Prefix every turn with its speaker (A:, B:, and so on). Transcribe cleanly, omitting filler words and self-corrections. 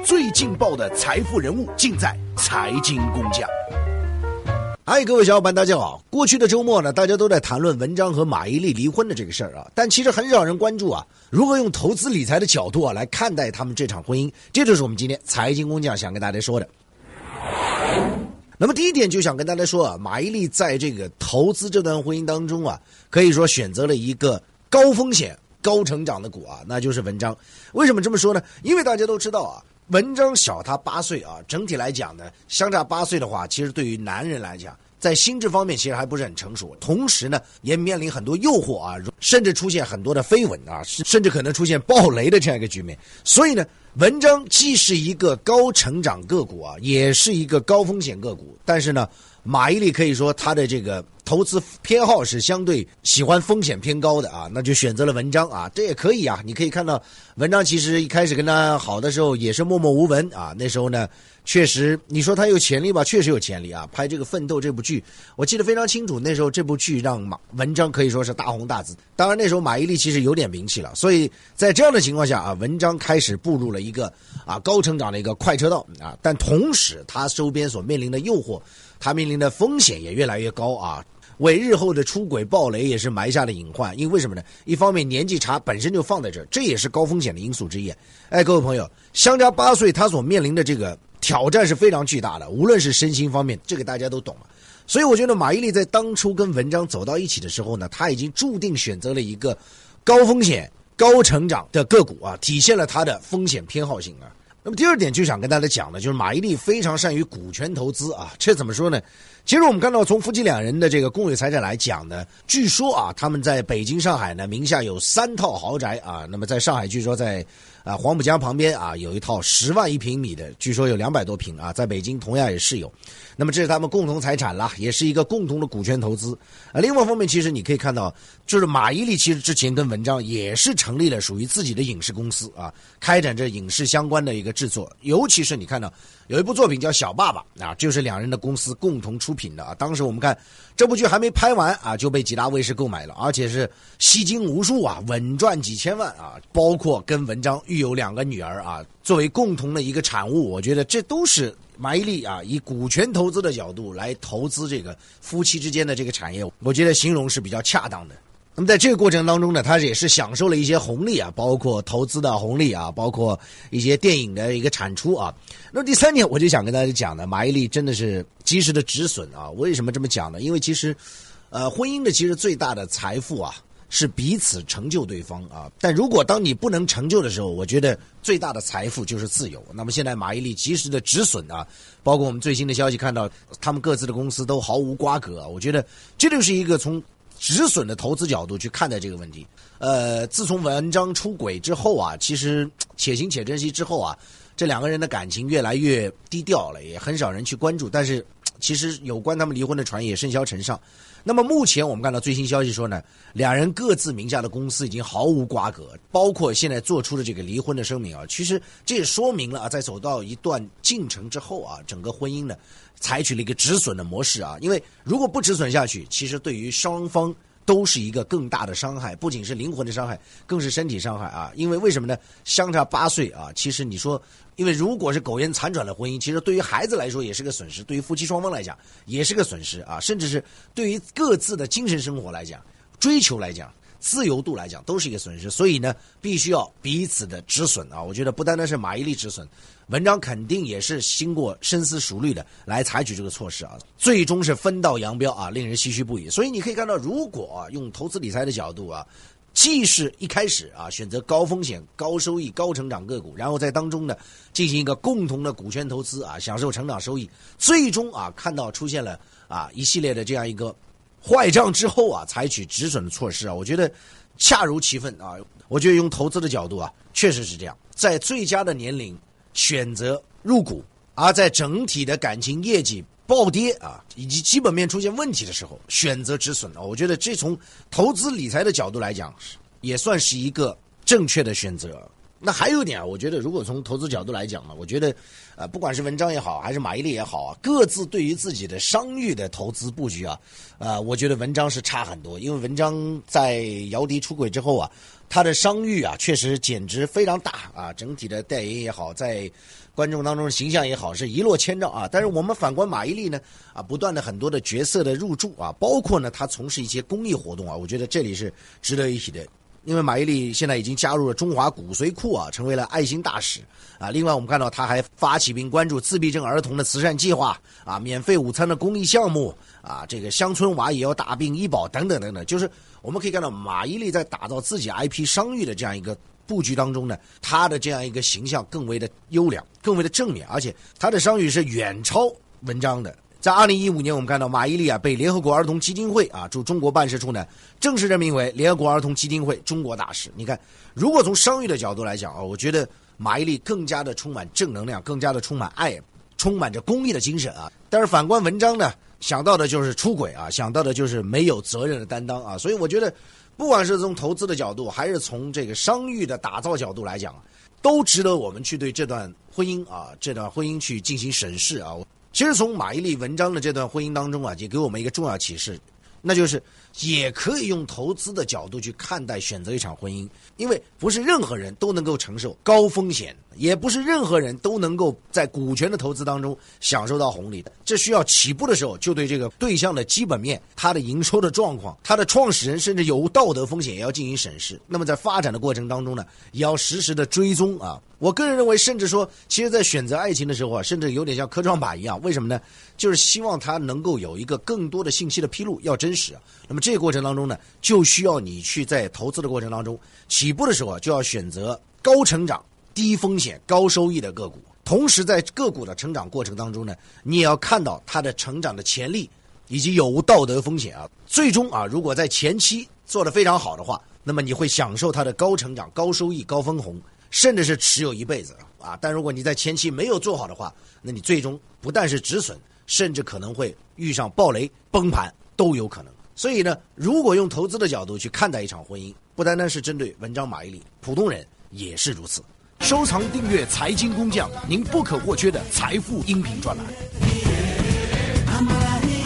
A: 最劲爆的财富人物尽在财经工匠。嗨，各位小伙伴，大家好。过去的周末呢，大家都在谈论文章和马伊琍离婚的这个事儿啊，但其实很少人关注啊，如何用投资理财的角度啊来看待他们这场婚姻。这就是我们今天财经工匠想跟大家说的。那么第一点就想跟大家说啊，马伊琍在这个投资这段婚姻当中啊，可以说选择了一个高风险高成长的股啊，那就是文章。为什么这么说呢？因为大家都知道啊，文章小他8岁啊，整体来讲呢，相差8岁的话，其实对于男人来讲，在心智方面其实还不是很成熟，同时呢，也面临很多诱惑啊，甚至出现很多的绯闻啊，甚至可能出现暴雷的这样一个局面。所以呢，文章既是一个高成长个股啊，也是一个高风险个股，但是呢，马伊琍可以说他的这个投资偏好是相对喜欢风险偏高的啊，那就选择了文章啊，这也可以啊。你可以看到文章其实一开始跟他好的时候也是默默无闻啊，那时候呢确实你说他有潜力吧，确实有潜力啊。拍这个《奋斗》这部剧，我记得非常清楚，那时候这部剧让文章可以说是大红大紫。当然那时候马伊琍其实有点名气了，所以在这样的情况下啊，文章开始步入了一个高成长的一个快车道啊，但同时他周边所面临的诱惑，他面临的风险也越来越高啊，为日后的出轨暴雷也是埋下了隐患。因为为什么呢？一方面年纪差本身就放在这儿，这也是高风险的因素之一。哎，各位朋友，相差8岁，他所面临的这个挑战是非常巨大的，无论是身心方面，这个大家都懂了。所以我觉得马伊琍在当初跟文章走到一起的时候呢，他已经注定选择了一个高风险高成长的个股啊，体现了他的风险偏好性啊。那么第二点就想跟大家讲的，就是马伊琍非常善于股权投资啊。这怎么说呢？其实我们看到从夫妻两人的这个共有财产来讲呢，据说啊，他们在北京、上海呢名下有3套豪宅啊。那么在上海据说在黄浦江旁边啊有一套10万1平米的，据说有200多平啊，在北京同样也是有。那么这是他们共同财产啦，也是一个共同的股权投资。另外一方面，其实你可以看到，就是马伊琍其实之前跟文章也是成立了属于自己的影视公司啊，开展着影视相关的一个制作。尤其是你看到有一部作品叫《小爸爸》啊，就是两人的公司共同出品的啊。当时我们看这部剧还没拍完啊，就被几大卫视购买了，而且是吸金无数啊，稳赚几千万啊，包括跟文章育有2个女儿啊，作为共同的一个产物，我觉得这都是马伊琍啊以股权投资的角度来投资这个夫妻之间的这个产业，我觉得形容是比较恰当的。那么在这个过程当中呢，他也是享受了一些红利啊，包括投资的红利啊，包括一些电影的一个产出啊。那么第3点我就想跟大家讲呢，马伊琍真的是及时的止损啊。为什么这么讲呢？因为其实婚姻的其实最大的财富啊是彼此成就对方啊，但如果当你不能成就的时候，我觉得最大的财富就是自由。那么现在马伊琍及时的止损啊，包括我们最新的消息看到他们各自的公司都毫无瓜葛啊，我觉得这就是一个从止损的投资角度去看待这个问题。自从文章出轨之后啊，其实且行且珍惜之后啊，这2个人的感情越来越低调了，也很少人去关注，但是其实有关他们离婚的传言也甚嚣尘上。那么目前我们看到最新消息说呢，2人各自名下的公司已经毫无瓜葛，包括现在做出的这个离婚的声明啊，其实这也说明了啊，在走到一段进程之后啊，整个婚姻呢采取了一个止损的模式啊，因为如果不止损下去，其实对于双方都是一个更大的伤害，不仅是灵魂的伤害，更是身体伤害啊。因为为什么呢？相差8岁啊，其实你说，因为如果是苟延残喘的婚姻，其实对于孩子来说也是个损失，对于夫妻双方来讲也是个损失啊，甚至是对于各自的精神生活来讲、追求来讲、自由度来讲都是一个损失。所以呢，必须要彼此的止损啊。我觉得不单单是马伊琍止损，文章肯定也是经过深思熟虑的来采取这个措施啊，最终是分道扬镳啊，令人唏嘘不已。所以你可以看到，如果用投资理财的角度啊，既是一开始啊选择高风险高收益高成长个股，然后在当中呢进行一个共同的股权投资啊，享受成长收益，最终啊看到出现了啊一系列的这样一个坏账之后啊，采取止损的措施啊，我觉得恰如其分啊。我觉得用投资的角度啊，确实是这样，在最佳的年龄选择入股，而在整体的感情业绩暴跌啊，以及基本面出现问题的时候选择止损啊，我觉得这从投资理财的角度来讲也算是一个正确的选择。那还有一点啊，我觉得如果从投资角度来讲呢，我觉得不管是文章也好还是马伊琍也好啊，各自对于自己的商誉的投资布局啊，我觉得文章是差很多。因为文章在姚笛出轨之后啊， 他的商誉啊，确实简直非常大啊，整体的代言也好，在观众当中的形象也好，是一落千丈啊。但是我们反观马伊琍呢，啊，不断的很多的角色的入驻啊，包括呢，他从事一些公益活动啊，我觉得这里是值得一提的。因为马伊琍现在已经加入了中华骨髓库啊，成为了爱心大使啊。另外，我们看到他还发起并关注自闭症儿童的慈善计划啊，免费午餐的公益项目啊，这个乡村娃也要大病医保等等等等。就是我们可以看到，马伊琍在打造自己 IP 商誉的这样一个布局当中呢，他的这样一个形象更为的优良，更为的正面，而且他的商誉是远超文章的。在2015年，我们看到马伊琍啊被联合国儿童基金会啊驻中国办事处呢正式任命为联合国儿童基金会中国大使。你看，如果从商誉的角度来讲啊，我觉得马伊琍更加的充满正能量，更加的充满爱，充满着公益的精神啊。但是反观文章呢，想到的就是出轨啊，想到的就是没有责任的担当啊。所以我觉得，不管是从投资的角度，还是从这个商誉的打造角度来讲，都值得我们去对这段婚姻啊，这段婚姻去进行审视啊。其实从马伊琍文章的这段婚姻当中啊，也给我们一个重要启示，那就是也可以用投资的角度去看待选择一场婚姻，因为不是任何人都能够承受高风险，也不是任何人都能够在股权的投资当中享受到红利的。这需要起步的时候就对这个对象的基本面、他的营收的状况、他的创始人甚至有无道德风险也要进行审视。那么在发展的过程当中呢，也要实时的追踪啊。我个人认为，甚至说，其实在选择爱情的时候啊，甚至有点像科创板一样。为什么呢？就是希望它能够有一个更多的信息的披露，要真实啊。那么这个过程当中呢，就需要你去在投资的过程当中，起步的时候啊，就要选择高成长、低风险、高收益的个股。同时，在个股的成长过程当中呢，你也要看到它的成长的潜力以及有无道德风险啊。最终啊，如果在前期做得非常好的话，那么你会享受它的高成长、高收益、高分红。甚至是持有一辈子啊！但如果你在前期没有做好的话，那你最终不但是止损，甚至可能会遇上暴雷、崩盘都有可能。所以呢，如果用投资的角度去看待一场婚姻，不单单是针对文章马伊琍，普通人也是如此。收藏订阅财经工匠，您不可或缺的财富音频专栏。